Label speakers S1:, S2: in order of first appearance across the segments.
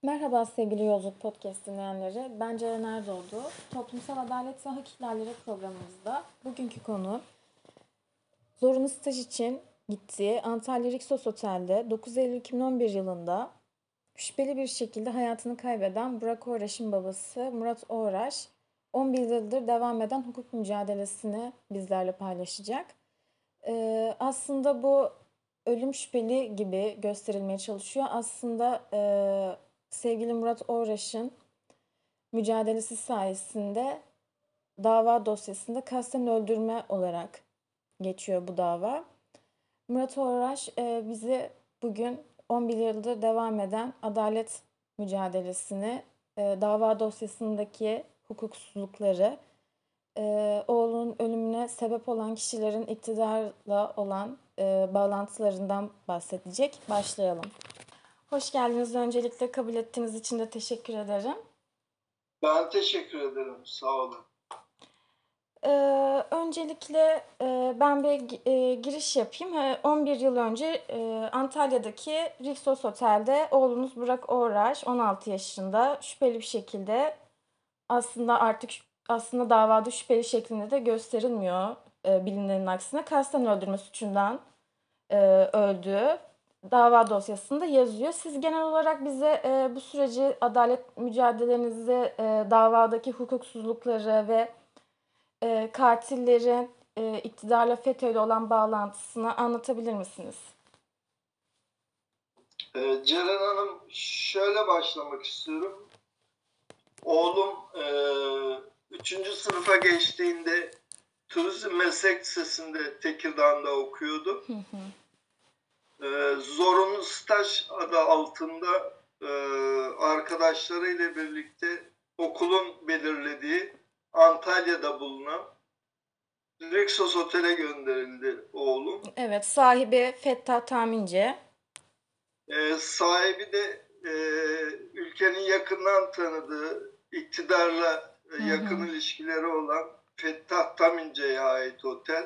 S1: Merhaba sevgili Yolculuk Podcast dinleyenleri. Ben Ceren Erdoğdu. Toplumsal Adalet ve Hak İhlalleri programımızda bugünkü konu zorunlu staj için gittiği Antalya Rixos Otel'de 9 Eylül 2011 yılında şüpheli bir şekilde hayatını kaybeden Burak Oğraş'ın babası Murat Oğraş 11 yıldır devam eden hukuk mücadelesini bizlerle paylaşacak. Aslında bu ölüm şüpheli gibi gösterilmeye çalışıyor. Aslında sevgili Murat Oğraş'ın mücadelesi sayesinde dava dosyasında kasten öldürme olarak geçiyor bu dava. Murat Oğraş bizi bugün 11 yıldır devam eden adalet mücadelesini, dava dosyasındaki hukuksuzlukları, oğlunun ölümüne sebep olan kişilerin iktidarla olan bağlantılarından bahsedecek. Başlayalım. Hoş geldiniz. Öncelikle kabul ettiğiniz için de teşekkür ederim.
S2: Ben teşekkür ederim. Sağ olun.
S1: Öncelikle ben bir giriş yapayım. 11 yıl önce Antalya'daki Rixos Otel'de oğlunuz Burak Oğraş 16 yaşında şüpheli bir şekilde aslında davada şüpheli şeklinde de gösterilmiyor bilinenin aksine kasten öldürme suçundan öldüğü dava dosyasında yazıyor. Siz genel olarak bize bu süreci, adalet mücadelenizi, davadaki hukuksuzlukları ve katillerin iktidarla FETÖ'yle olan bağlantısını anlatabilir misiniz?
S2: Ceren Hanım, şöyle başlamak istiyorum. Oğlum 3. sınıfa geçtiğinde Turizm Meslek Lisesi'nde Tekirdağ'da okuyordu. Zorunlu staj adı altında arkadaşlarıyla birlikte okulun belirlediği Antalya'da bulunan Rixos Otel'e gönderildi oğlum.
S1: Evet, sahibi Fettah Taminci.
S2: Sahibi de ülkenin yakından tanıdığı, iktidarla yakın ilişkileri olan Fettah Tamince'ye ait otel.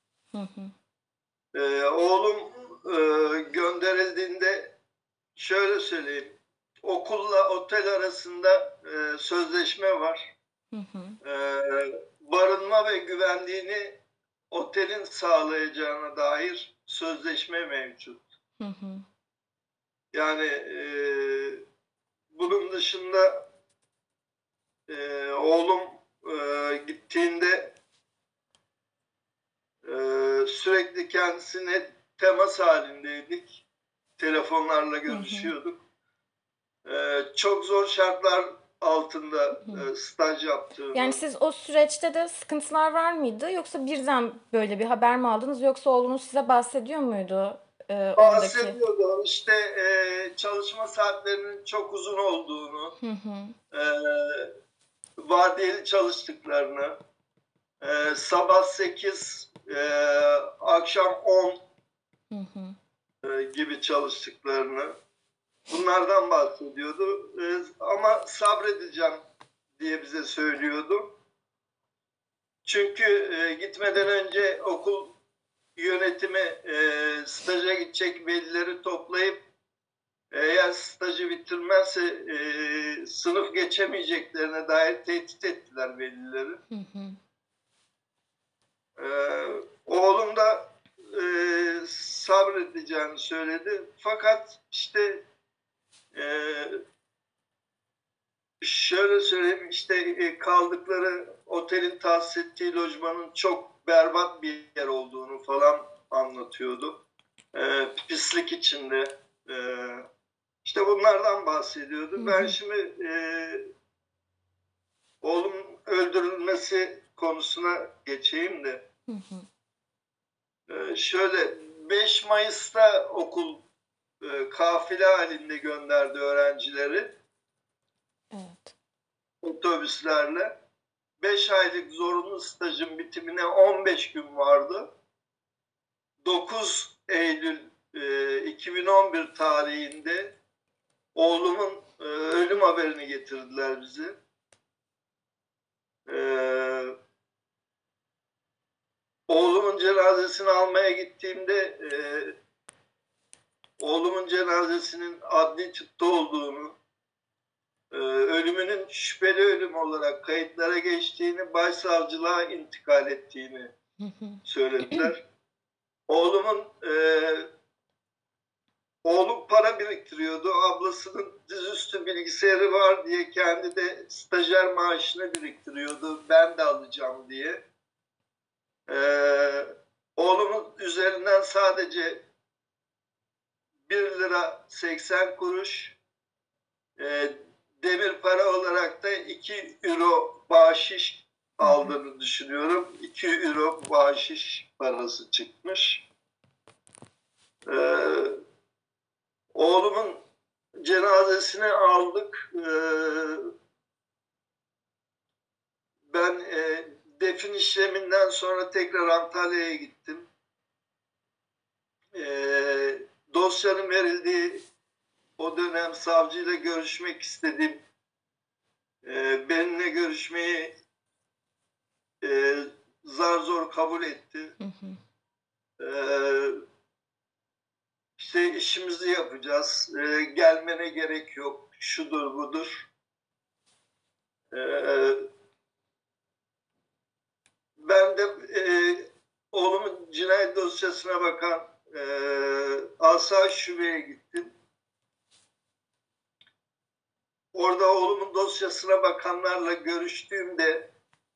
S2: Oğlum gönderildiğinde şöyle söyleyeyim, okulla otel arasında sözleşme var. Barınma ve güvenliğini otelin sağlayacağına dair sözleşme mevcut. Yani bunun dışında oğlum gittiğinde sürekli kendisine temas halindeydik. Telefonlarla görüşüyorduk. Çok zor şartlar altında staj yaptığımı.
S1: Yani siz o süreçte de sıkıntılar var mıydı? Yoksa birden böyle bir haber mi aldınız? Yoksa oğlunuz size bahsediyor muydu?
S2: Bahsediyordu işte çalışma saatlerinin çok uzun olduğunu, vardiyeli çalıştıklarını, sabah 8, akşam 10 gibi çalıştıklarını, bunlardan bahsediyordu. Ama sabredeceğim diye bize söylüyordu. Çünkü gitmeden önce okul yönetimi staja gidecek velileri toplayıp eğer stajı bitirmezse sınıf geçemeyeceklerine dair tehdit ettiler velileri. Oğlum da sabredeceğini söyledi. Fakat işte şöyle söyleyeyim, işte kaldıkları otelin tahsis ettiği lojmanın çok berbat bir yer olduğunu falan anlatıyordu. Pislik içinde. İşte bunlardan bahsediyordu. Ben şimdi oğlum öldürülmesi konusuna geçeyim de. Şöyle 5 Mayıs'ta okul kafile halinde gönderdi öğrencileri.
S1: Evet.
S2: Otobüslerle. 5 aylık zorunlu stajın bitimine 15 gün vardı. 9 Eylül 2011 tarihinde oğlumun ölüm haberini getirdiler bize. Oğlumun cenazesini almaya gittiğimde oğlumun cenazesinin adli tıpta olduğunu, ölümünün şüpheli ölüm olarak kayıtlara geçtiğini, başsavcılığa intikal ettiğini söylediler. Oğlum para biriktiriyordu. Ablasının dizüstü bilgisayarı var diye kendi de stajyer maaşını biriktiriyordu. Ben de alacağım diye. Oğlumun üzerinden sadece 1 lira 80 kuruş, demir para olarak da 2 euro bahşiş aldığını düşünüyorum. 2 euro bahşiş parası çıkmış. Oğlumun cenazesini aldık. Ben defin işleminden sonra tekrar Antalya'ya gittim. Dosyanın verildiği o dönem savcıyla görüşmek istedim. Benimle görüşmeyi zar zor kabul etti. İşte işimizi yapacağız. Gelmene gerek yok. Şudur budur. Ben de oğlumun cinayet dosyasına bakan Asayiş Şube'ye gittim. Orada oğlumun dosyasına bakanlarla görüştüğümde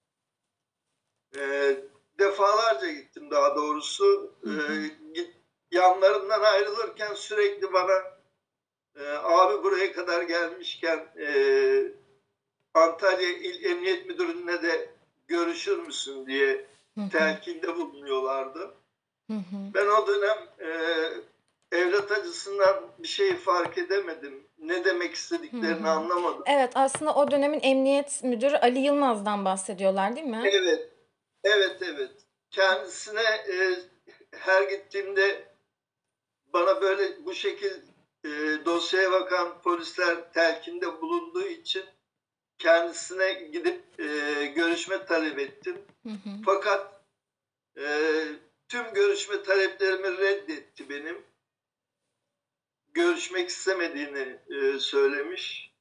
S2: defalarca gittim daha doğrusu. Yanlarından ayrılırken sürekli bana abi buraya kadar gelmişken Antalya İl Emniyet Müdürlüğü'ne de görüşür müsün diye telkinde bulunuyorlardı. Ben o dönem evlat acısından bir şey fark edemedim. Ne demek istediklerini anlamadım.
S1: Evet, aslında o dönemin emniyet müdürü Ali Yılmaz'dan bahsediyorlar değil mi?
S2: Evet. Kendisine her gittiğimde bana böyle bu şekil dosyaya bakan polisler telkinde bulunduğu için kendisine gidip görüşme talep ettim. Fakat tüm görüşme taleplerimi reddetti benim. Görüşmek istemediğini söylemiş.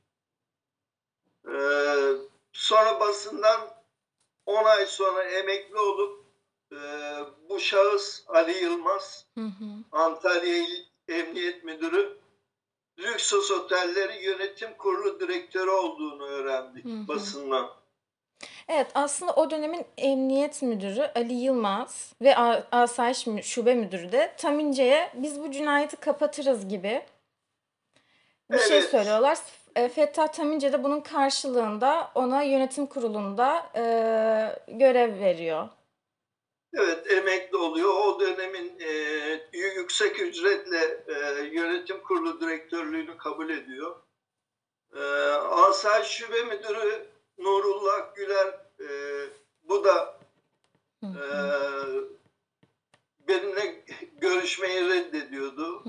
S2: Sonra basından 10 ay sonra emekli olup bu şahıs Ali Yılmaz, Antalya İl Emniyet Müdürü, Lüksos Otelleri Yönetim Kurulu Direktörü olduğunu öğrendik basından.
S1: Evet, aslında o dönemin emniyet müdürü Ali Yılmaz ve Asayiş Şube Müdürü de Tamince'ye biz bu cinayeti kapatırız gibi bir şey söylüyorlar. Fettah Tamince de bunun karşılığında ona yönetim kurulunda görev veriyor.
S2: Evet, emekli oluyor. O dönemin yüksek ücretle yönetim kurulu direktörlüğünü kabul ediyor. Asayiş Şube Müdürü Nurullah Güler, bu da benimle görüşmeyi reddediyordu.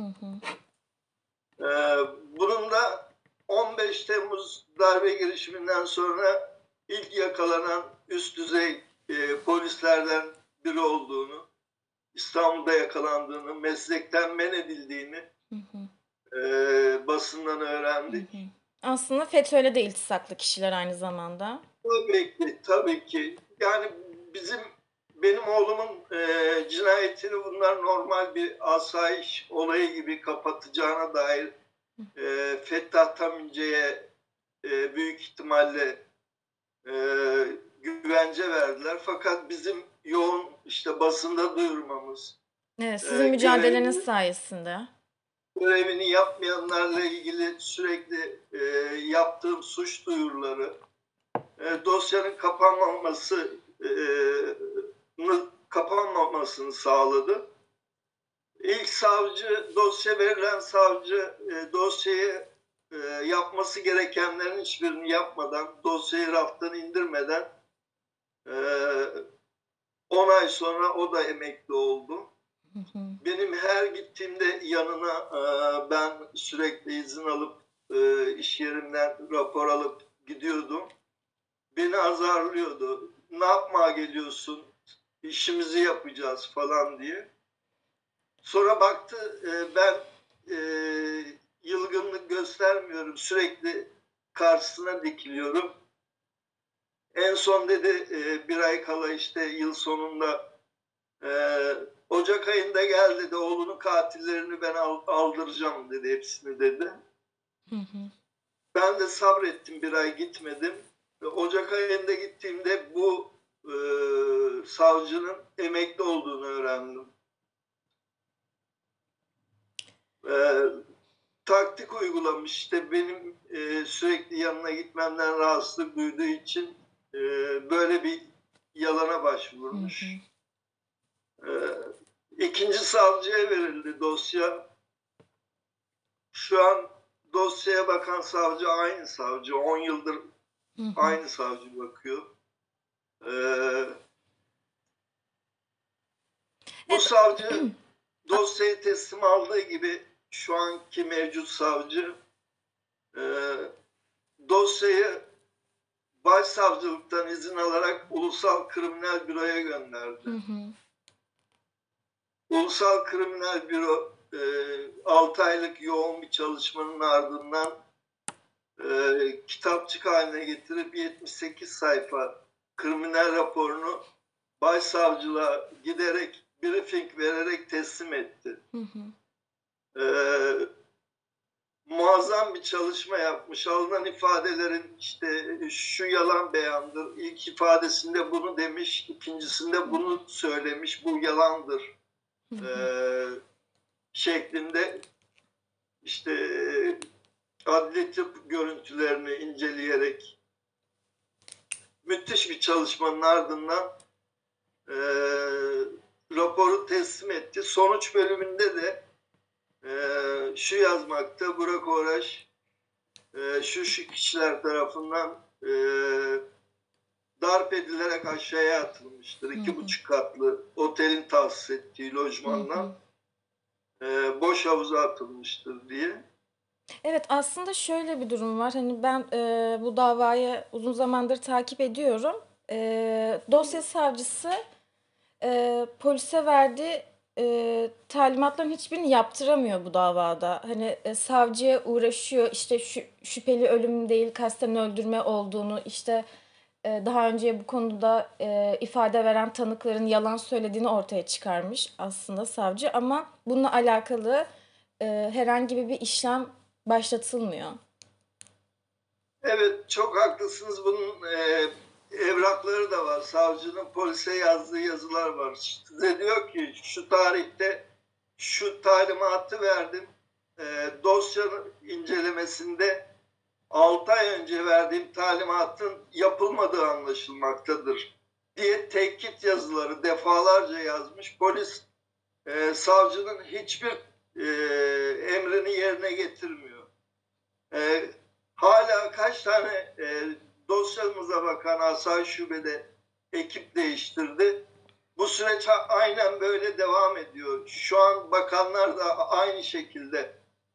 S2: Bunun da 15 Temmuz darbe girişiminden sonra ilk yakalanan üst düzey polislerden biri olduğunu, İstanbul'da yakalandığını, meslekten men edildiğini basından öğrendik.
S1: Aslında FETÖ'yle de iltisaklı kişiler aynı zamanda.
S2: Tabii ki. Yani benim oğlumun cinayetini bunlar normal bir asayiş olayı gibi kapatacağına dair Fettah Tamince'ye büyük ihtimalle güvence verdiler. Fakat bizim yoğun işte basında duyurmamız,
S1: Evet, sizin mücadeleniz sayesinde.
S2: Görevini yapmayanlarla ilgili sürekli yaptığım suç duyuruları, dosyanın kapanmamasını sağladı. İlk dosya verilen savcı dosyayı yapması gerekenlerin hiçbirini yapmadan, dosyayı raftan indirmeden 10 ay sonra o da emekli oldu. Benim her gittiğimde yanına ben sürekli izin alıp iş yerimden rapor alıp gidiyordum. Beni azarlıyordu. Ne yapmaya geliyorsun? İşimizi yapacağız falan diye. Sonra baktı ben yılgınlık göstermiyorum. Sürekli karşısına dikiliyorum. En son dedi bir ay kala işte yıl sonunda Ocak ayında gel dedi, oğlunun katillerini ben aldıracağım dedi, hepsini dedi.
S1: Hı hı.
S2: Ben de sabrettim, bir ay gitmedim. Ocak ayında gittiğimde bu savcının emekli olduğunu öğrendim. Taktik uygulamış işte, benim sürekli yanına gitmemden rahatsızlık duyduğu için böyle bir yalana başvurmuş. İkinci savcıya verildi dosya. Şu an dosyaya bakan savcı aynı savcı. 10 yıldır aynı savcı bakıyor. Bu savcı dosyayı teslim aldığı gibi şu anki mevcut savcı dosyayı Başsavcılıktan izin alarak Ulusal Kriminal Büro'ya gönderdi. Ulusal Kriminal Büro 6 aylık yoğun bir çalışmanın ardından kitapçık haline getirip 78 sayfa kriminal raporunu Başsavcılığa giderek briefing vererek teslim etti. Muazzam bir çalışma yapmış. Alınan ifadelerin işte şu yalan beyandır, İlk ifadesinde bunu demiş, ikincisinde bunu söylemiş, bu yalandır şeklinde işte adli tıp görüntülerini inceleyerek müthiş bir çalışmanın ardından raporu teslim etti. Sonuç bölümünde de şu yazmakta: Burak Oraş şu kişiler tarafından darp edilerek aşağıya atılmıştır. 2,5 katlı otelin tahsis ettiği lojmandan boş havuza atılmıştır diye.
S1: Evet, aslında şöyle bir durum var. Hani ben bu davayı uzun zamandır takip ediyorum. Dosya savcısı polise verdiği talimatların hiçbirini yaptıramıyor bu davada. Hani savcıya uğraşıyor, işte şüpheli ölüm değil kasten öldürme olduğunu, işte daha önce bu konuda ifade veren tanıkların yalan söylediğini ortaya çıkarmış aslında savcı, ama bununla alakalı herhangi bir işlem başlatılmıyor.
S2: Evet, çok haklısınız. Bunun evrakları da var. Savcının polise yazdığı yazılar var. Size diyor ki şu tarihte şu talimatı verdim. Dosyanın incelemesinde 6 ay önce verdiğim talimatın yapılmadığı anlaşılmaktadır diye tehdit yazıları defalarca yazmış. Polis savcının hiçbir emrini yerine getirmiyor. Hala kaç tane dosyamıza bakan Asayiş Şube'de ekip değiştirdi. Bu süreç aynen böyle devam ediyor. Şu an bakanlar da aynı şekilde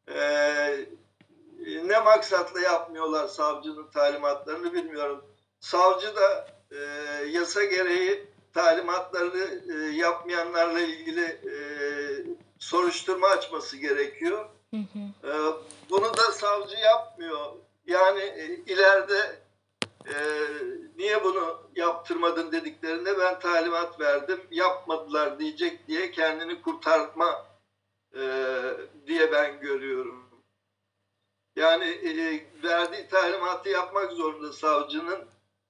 S2: ne maksatla yapmıyorlar savcının talimatlarını bilmiyorum. Savcı da yasa gereği talimatlarını yapmayanlarla ilgili soruşturma açması gerekiyor. Bunu da savcı yapmıyor. Yani ileride niye bunu yaptırmadın dediklerinde ben talimat verdim, yapmadılar diyecek diye kendini kurtarma diye ben görüyorum. Yani verdiği talimatı yapmak zorunda savcının.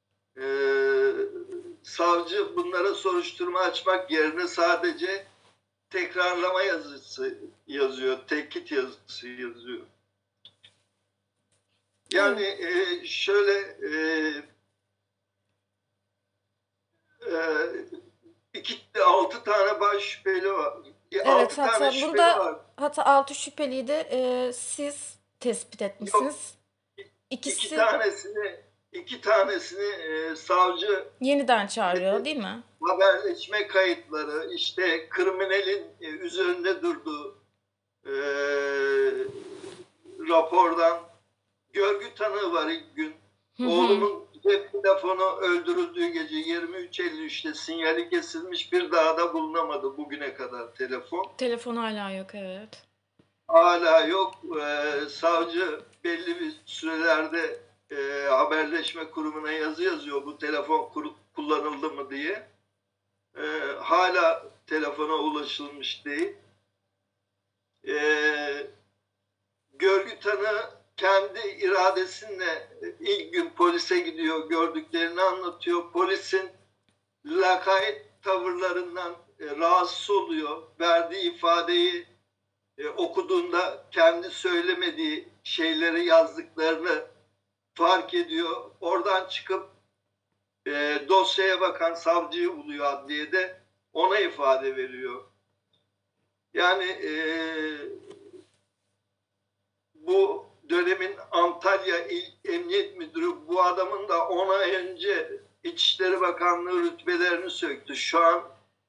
S2: Savcı bunlara soruşturma açmak yerine sadece tekrarlama yazısı yazıyor, tehdit yazısı yazıyor. Yani şöyle 6 tane baş şüpheli var.
S1: Evet,
S2: 6
S1: hatta
S2: tane şüpheli
S1: bunda
S2: var.
S1: 6 şüpheliyi de siz tespit etmişsiniz.
S2: İki tanesini savcı
S1: Yeniden çağırıyor, değil mi?
S2: haberleşme kayıtları, işte kriminalin üzerinde durduğu rapordan görgü tanığı var ilk gün. Oğlumun cep telefonu öldürüldüğü gece 23.53'te sinyali kesilmiş, bir daha da bulunamadı bugüne kadar telefon.
S1: Telefon hala yok, evet.
S2: Hala yok. Savcı belli bir sürelerde haberleşme kurumuna yazı yazıyor bu telefon kullanıldı mı diye. Hala telefona ulaşılmış değil. Görgü tanığı kendi iradesinle ilk gün polise gidiyor, gördüklerini anlatıyor. Polisin lakayt tavırlarından rahatsız oluyor. Verdiği ifadeyi okuduğunda kendi söylemediği şeyleri yazdıklarını fark ediyor. Oradan çıkıp dosyaya bakan savcıyı buluyor adliyede. Ona ifade veriyor. Yani bu dönemin Antalya İl Emniyet Müdürü bu adamın da 10 ay önce İçişleri Bakanlığı rütbelerini söktü. Şu an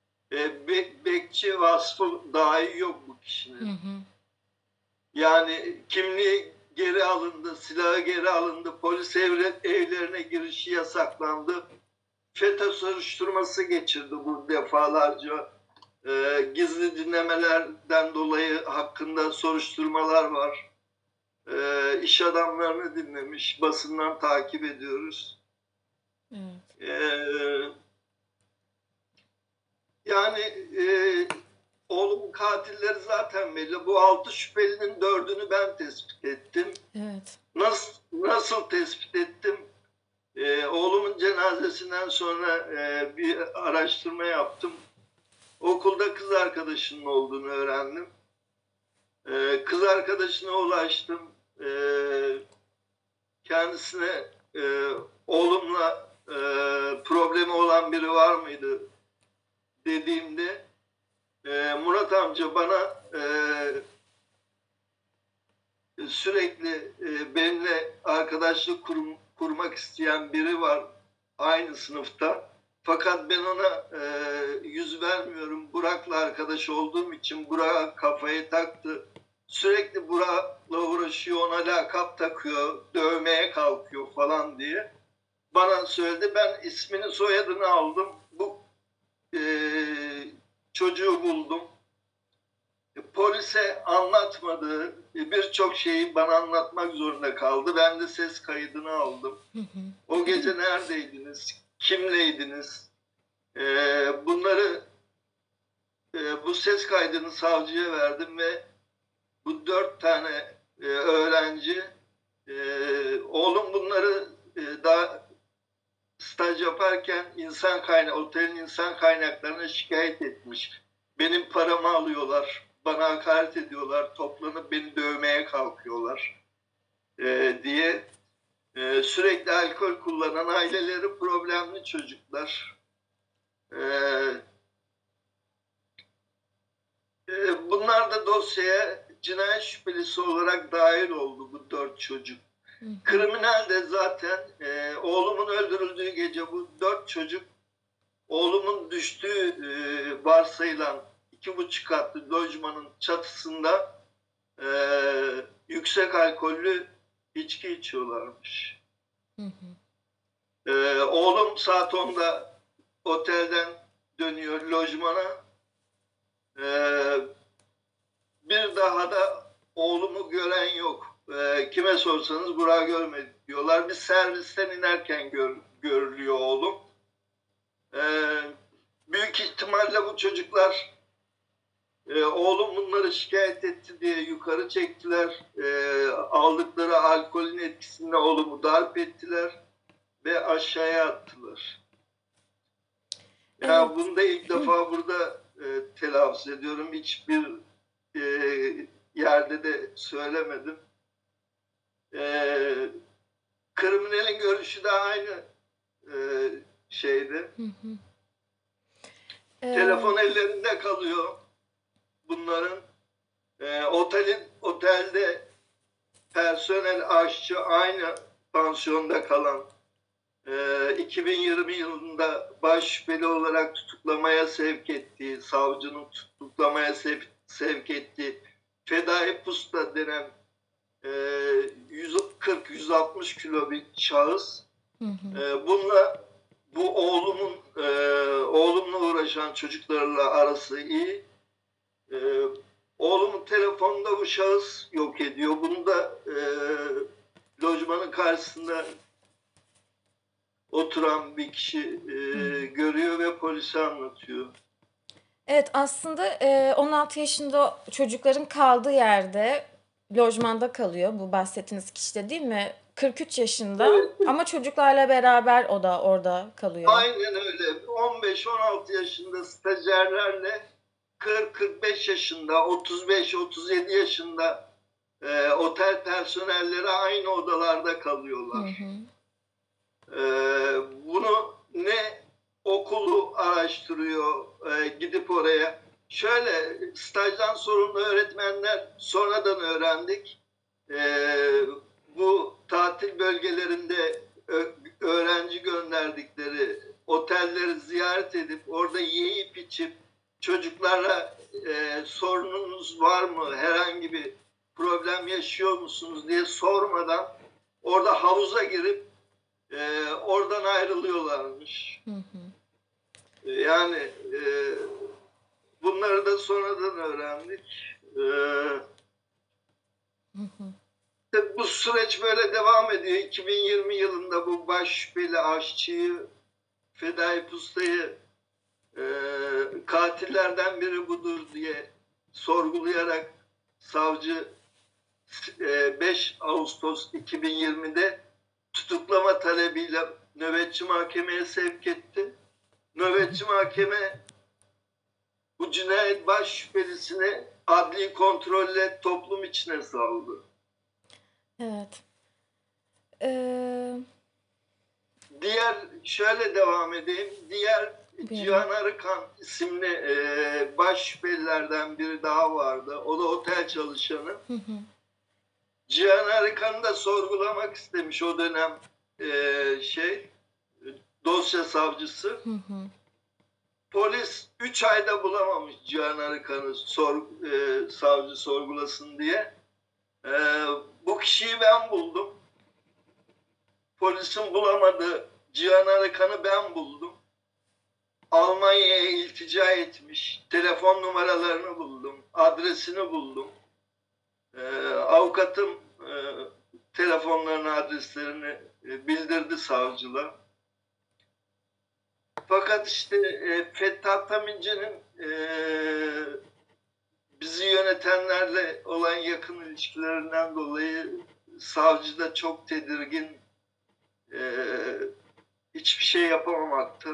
S2: bekçi vasfı dahi yok bu kişinin. Yani kimliği geri alındı, silahı geri alındı, polis evlerine girişi yasaklandı. FETÖ soruşturması geçirdi bu defalarca. Gizli dinlemelerden dolayı hakkında soruşturmalar var. İş adamlarını dinlemiş, basından takip ediyoruz. Yani oğlumun katilleri zaten belli. Bu 6 şüphelinin 4'ünü ben tespit ettim.
S1: Evet.
S2: Nasıl tespit ettim? Oğlumun cenazesinden sonra bir araştırma yaptım. Okulda kız arkadaşının olduğunu öğrendim. Kız arkadaşına ulaştım. Kendisine oğlumla problemi olan biri var mıydı dediğimde Murat amca bana sürekli benimle arkadaşlık kurmak isteyen biri var aynı sınıfta. Fakat ben ona yüz vermiyorum. Burak'la arkadaş olduğum için Burak'a kafayı taktı. Sürekli Burak'la uğraşıyor, ona lakap takıyor, dövmeye kalkıyor falan diye. Bana söyledi. Ben ismini soyadını aldım. Bu çocuğu buldum. Polise anlatmadığı birçok şeyi bana anlatmak zorunda kaldı. Ben de ses kaydını aldım. O gece neredeydiniz? Kimleydiniz? Bunları bu ses kaydını savcıya verdim ve bu 4 tane öğrenci oğlum bunları daha staj yaparken otelin insan kaynaklarına şikayet etmiş. Benim paramı alıyorlar, bana hakaret ediyorlar, toplanıp beni dövmeye kalkıyorlar diye sürekli alkol kullanan aileleri problemli çocuklar. Bunlar da dosyaya cinayet şüphelisi olarak dahil oldu bu 4 çocuk. Kriminal de zaten oğlumun öldürüldüğü gece bu 4 çocuk oğlumun düştüğü varsayılan 2,5 katlı lojmanın çatısında yüksek alkollü içki içiyorlarmış. Oğlum saat 10'da otelden dönüyor lojmana. Bir daha da oğlumu gören yok. Kime sorsanız Burak'ı görmedik diyorlar. Bir servisten inerken görülüyor oğlum. Büyük ihtimalle bu çocuklar oğlum bunları şikayet etti diye yukarı çektiler. Aldıkları alkolün etkisinde oğlumu darp ettiler ve aşağıya attılar. Yani bunu da ilk defa burada telaffuz ediyorum. Hiçbir yerde de söylemedim. Kriminalin görüşü de aynı şeydi. Telefon ellerinde kalıyor bunların. Otelde personel, aşçı aynı pansiyonda kalan 2020 yılında baş şüpheli olarak tutuklamaya sevk ettiği, savcının tutuklamaya sevk ettiği Fedai Pusta denen 140-160 kilo bir şahıs. Bununla bu oğlumla uğraşan çocuklarla arası iyi. Oğlumun telefonunda bu şahıs yok ediyor. Bunu da lojmanın karşısında oturan bir kişi görüyor ve polise anlatıyor.
S1: Evet, aslında 16 yaşında çocukların kaldığı yerde lojmanda kalıyor bu bahsettiğiniz kişi de, değil mi? 43 yaşında
S2: Evet,
S1: ama çocuklarla beraber o da orada kalıyor.
S2: aynen öyle. 15-16 yaşında stajyerlerle 40-45 yaşında, 35-37 yaşında otel personelleri aynı odalarda kalıyorlar. Bunu ne okulu araştırıyor, gidip oraya. Şöyle, stajdan sorumlu öğretmenler sonradan öğrendik. Bu tatil bölgelerinde öğrenci gönderdikleri otelleri ziyaret edip orada yiyip içip çocuklara sorununuz var mı, herhangi bir problem yaşıyor musunuz diye sormadan orada havuza girip oradan ayrılıyorlarmış. Yani bunları da sonradan öğrendik. Bu süreç böyle devam ediyor. 2020 yılında bu baş şüpheli aşçıyı, Fedai Pusta'yı katillerden biri budur diye sorgulayarak savcı 5 Ağustos 2020'de tutuklama talebiyle nöbetçi mahkemeye sevk etti. Nöbetçi mahkeme bu cinayet baş şüphelisini adli kontrolle toplum içine saldı.
S1: Evet.
S2: Şöyle devam edeyim. Diğer Cihan Arıkan isimli baş şüphelilerden biri daha vardı. O da otel çalışanı. Cihan Arıkan'ı da sorgulamak istemiş o dönem dosya savcısı. Polis 3 ayda bulamamış Cihan Arıkan'ı savcı sorgulasın diye. Bu kişiyi ben buldum. Polisin bulamadığı Cihan Arıkan'ı ben buldum. Almanya'ya iltica etmiş. Telefon numaralarını buldum. Adresini buldum. Avukatım telefonlarını, adreslerini bildirdi savcılığa. Fakat işte Fettah Tamince'nin bizi yönetenlerle olan yakın ilişkilerinden dolayı savcı da çok tedirgin, hiçbir şey yapamamakta.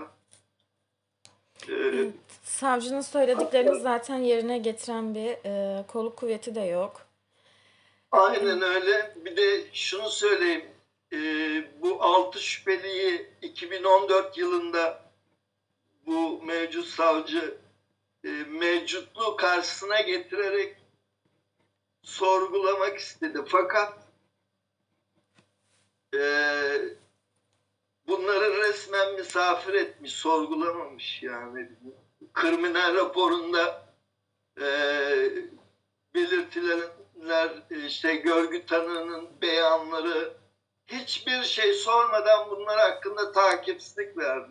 S1: Evet, savcının söylediklerini zaten yerine getiren bir kolluk kuvveti de yok.
S2: Aynen öyle. Bir de şunu söyleyeyim. Bu 6 şüpheliyi 2014 yılında bu mevcut savcı mevcutluğu karşısına getirerek sorgulamak istedi. Fakat bunları resmen misafir etmiş, sorgulamamış yani. Kriminal raporunda belirtilenler, işte görgü tanığının beyanları, hiçbir şey sormadan bunlar hakkında takipsizlik verdi.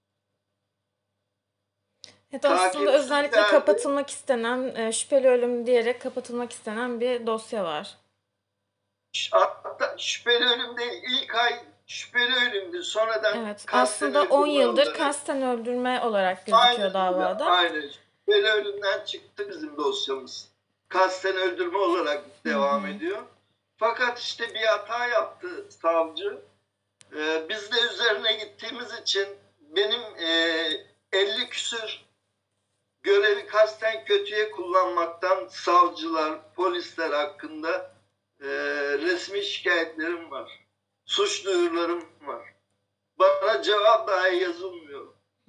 S1: Evet, aslında özellikle kapatılmak istenen, şüpheli ölüm diyerek kapatılmak istenen bir dosya var.
S2: Hatta şüpheli ölüm değil, ilk ay şüpheli ölümdü. Sonradan
S1: evet, aslında 10 yıldır kasten öldürme olarak gözüküyor davada.
S2: Aynen. Şüpheli ölümden çıktı bizim dosyamız. Kasten öldürme olarak devam ediyor. Fakat işte bir hata yaptı savcı. Biz de üzerine gittiğimiz için benim 50 küsür görevi kasten kötüye kullanmaktan savcılar, polisler hakkında resmi şikayetlerim var. Suç duyurularım var. Bana cevap dahi yazılmıyor.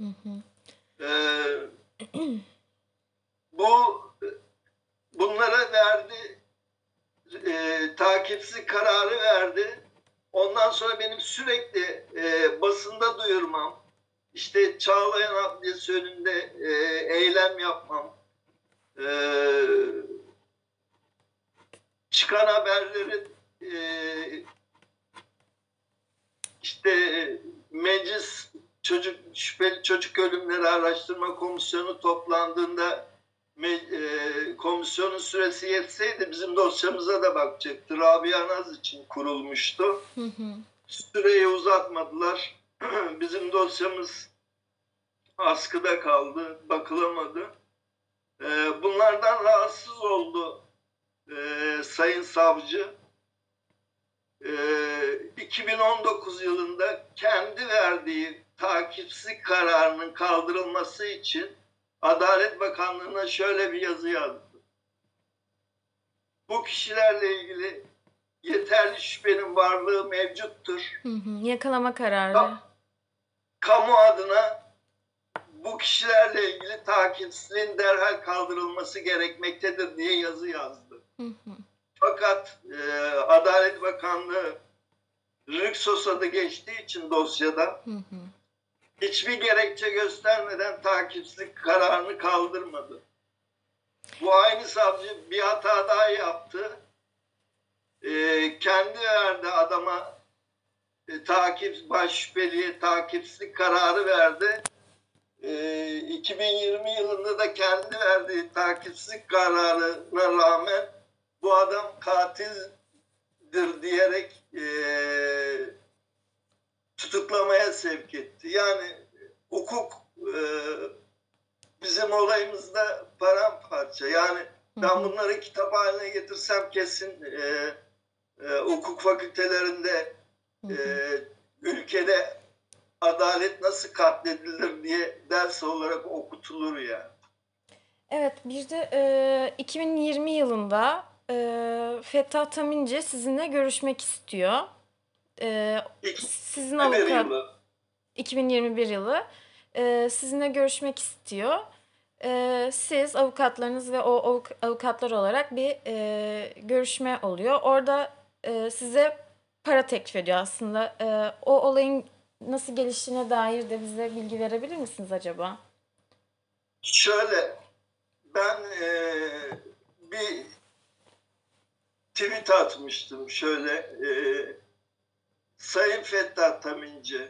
S2: Bunlara verdi, takipsiz kararı verdi. Ondan sonra benim sürekli basında duyurmam, işte Çağlayan Adliyesi önünde eylem yapmam, çıkan haberlerin işte meclis şüpheli çocuk ölümleri araştırma komisyonu toplandığında komisyonun süresi yetseydi bizim dosyamıza da bakacaktı. Rabia Naz için kurulmuştu. Süreyi uzatmadılar. bizim dosyamız askıda kaldı, bakılamadı. Bunlardan rahatsız oldu Sayın Savcı. 2019 yılında kendi verdiği takipsizlik kararının kaldırılması için Adalet Bakanlığı'na şöyle bir yazı yazdı. Bu kişilerle ilgili yeterli şüphenin varlığı mevcuttur.
S1: Yakalama kararı.
S2: Kamu adına bu kişilerle ilgili takipsizliğin derhal kaldırılması gerekmektedir diye yazı yazdı. Fakat Adalet Bakanlığı Rıksos adı geçtiği için dosyada hiçbir gerekçe göstermeden takipsizlik kararını kaldırmadı. Bu aynı savcı bir hata daha yaptı. Kendi verdi adama baş şüpheliye takipsizlik kararı verdi. 2020 yılında da kendi verdiği takipsizlik kararına rağmen bu adam katildir diyerek tutuklamaya sevk etti. Yani hukuk bizim olayımızda paramparça. Yani ben bunları kitap haline getirsem kesin hukuk fakültelerinde ülkede adalet nasıl katledilir diye ders olarak okutulur yani.
S1: Evet, bir de 2020 yılında Fettah Taminci sizinle görüşmek istiyor. Sizin avukat 2021 yılı sizinle görüşmek istiyor. Siz avukatlarınız ve o avukatlar olarak bir görüşme oluyor. Orada size para teklif ediyor aslında. O olayın nasıl geliştiğine dair de bize bilgi verebilir misiniz acaba?
S2: Şöyle, ben bir tweet atmıştım şöyle. Sayın Fettah Taminci,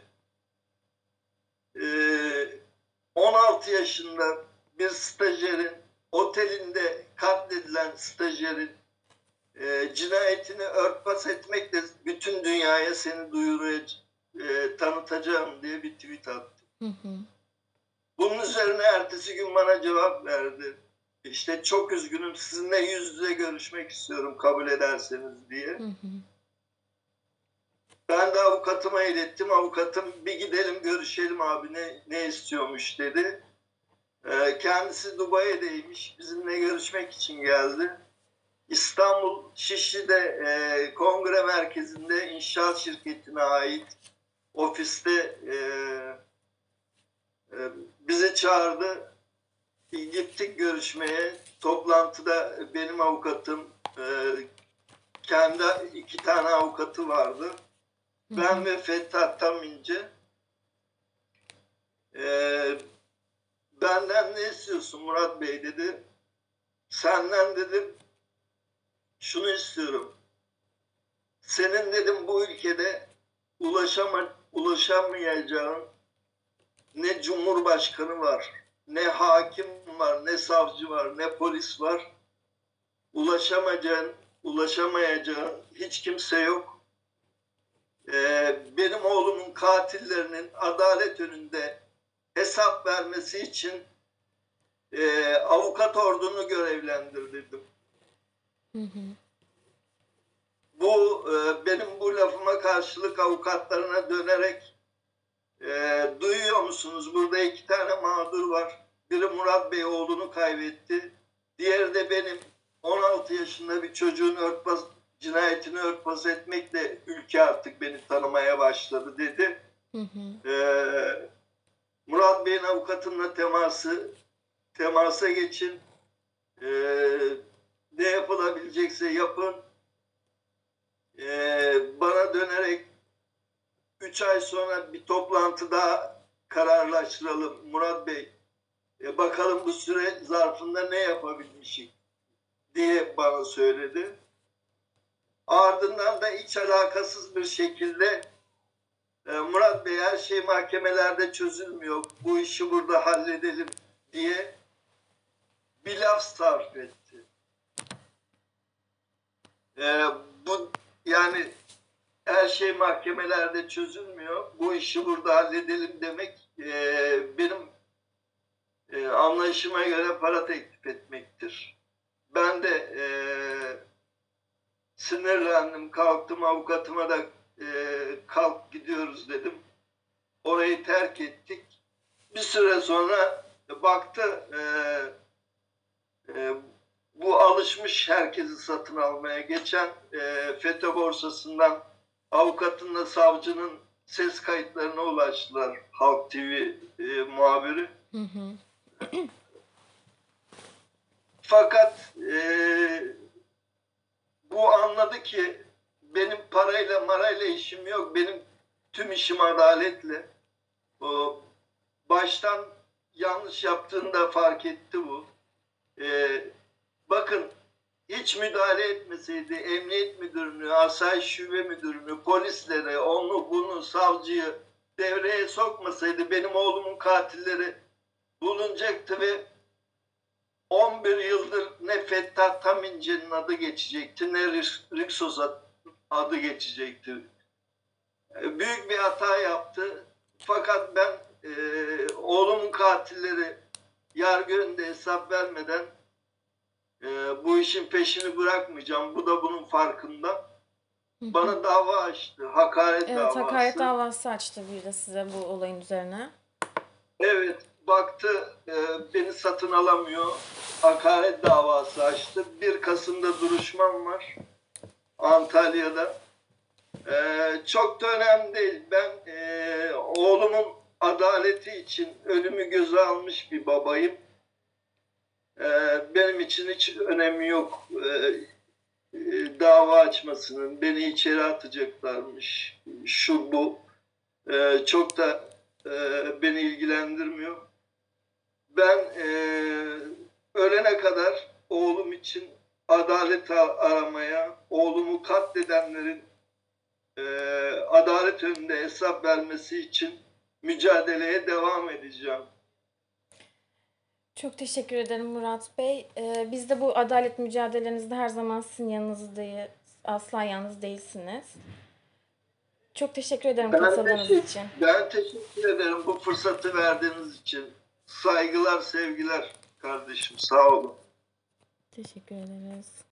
S2: 16 yaşında bir stajyerin, otelinde katledilen stajyerin cinayetini örtbas etmekle bütün dünyaya seni tanıtacağım diye bir tweet attım. Bunun üzerine ertesi gün bana cevap verdi. İşte çok üzgünüm, sizinle yüz yüze görüşmek istiyorum kabul ederseniz diye. Ben de avukatıma ilettim. Avukatım bir gidelim görüşelim abi ne istiyormuş dedi. Kendisi Dubai'deymiş. Bizimle görüşmek için geldi. İstanbul Şişli'de kongre merkezinde inşaat şirketine ait ofiste bizi çağırdı. Gittik görüşmeye. Toplantıda benim avukatım, kendi 2 tane avukatı vardı. Ben ve Fettah Taminci. Benden ne istiyorsun Murat Bey dedi. Senden dedim şunu istiyorum. Senin dedim bu ülkede ulaşamayacağın ne cumhurbaşkanı var, ne hakim var, ne savcı var, ne polis var. Ulaşamayacağın hiç kimse yok. Benim oğlumun katillerinin adalet önünde hesap vermesi için avukat ordunu görevlendirdim. Bu benim bu lafıma karşılık avukatlarına dönerek duyuyor musunuz? Burada 2 tane mağdur var. Biri Murat Bey oğlunu kaybetti. Diğeri de benim 16 yaşında bir çocuğun cinayetini örtbas etmekle ülke artık beni tanımaya başladı dedi. Murat Bey'in avukatınla temasa geçin. Ne yapılabilecekse yapın. Bana dönerek 3 ay sonra bir toplantıda kararlaştıralım Murat Bey. Bakalım bu süre zarfında ne yapabilmişik diye bana söyledi. Ardından da hiç alakasız bir şekilde Murat Bey her şey mahkemelerde çözülmüyor. Bu işi burada halledelim diye bir laf sarf etti. Bu yani her şey mahkemelerde çözülmüyor. Bu işi burada halledelim demek benim anlayışıma göre para teklif etmektir. Ben de sinirlendim, kalktım avukatıma da kalk gidiyoruz dedim. Orayı terk ettik. Bir süre sonra baktı bu alışmış herkesi satın almaya. Geçen FETÖ borsasından avukatınla savcının ses kayıtlarına ulaştılar. Halk TV muhabiri.
S1: Hı hı.
S2: Fakat bu anladı ki benim parayla marayla işim yok. Benim tüm işim adaletle. O baştan yanlış yaptığını da fark etti bu. Bakın hiç müdahale etmeseydi emniyet müdürünü, asayiş şube müdürünü, polisleri, onu bunu, savcıyı devreye sokmasaydı benim oğlumun katilleri bulunacaktı ve 11 yıldır ne Fettah Tamince'nin adı geçecekti ne Rixos adı geçecekti. Büyük bir hata yaptı. Fakat ben oğlumun katilleri yargı önünde hesap vermeden bu işin peşini bırakmayacağım. Bu da bunun farkında. Bana dava açtı. Hakaret
S1: Evet,
S2: davası.
S1: hakaret davası açtı bir de size bu olayın üzerine.
S2: Evet, baktı beni satın alamıyor. Hakaret davası açtı. 1 Kasım'da duruşmam var. Antalya'da. Çok da önemli değil. Ben oğlumun adaleti için ölümü göze almış bir babayım. Benim için hiç önemi yok dava açmasının. Beni içeri atacaklarmış. Şu bu. Çok da beni ilgilendirmiyor. Ben ölene kadar oğlum için adalet aramaya, oğlumu katledenlerin adalet önünde hesap vermesi için mücadeleye devam edeceğim.
S1: Çok teşekkür ederim Murat Bey. Biz de bu adalet mücadelenizde her zaman sizin yanınızdayız. Asla yalnız değilsiniz. Çok teşekkür ederim katıldığınız için.
S2: Ben teşekkür ederim bu fırsatı verdiğiniz için. Saygılar, sevgiler kardeşim. Sağ olun.
S1: Teşekkür ederiz.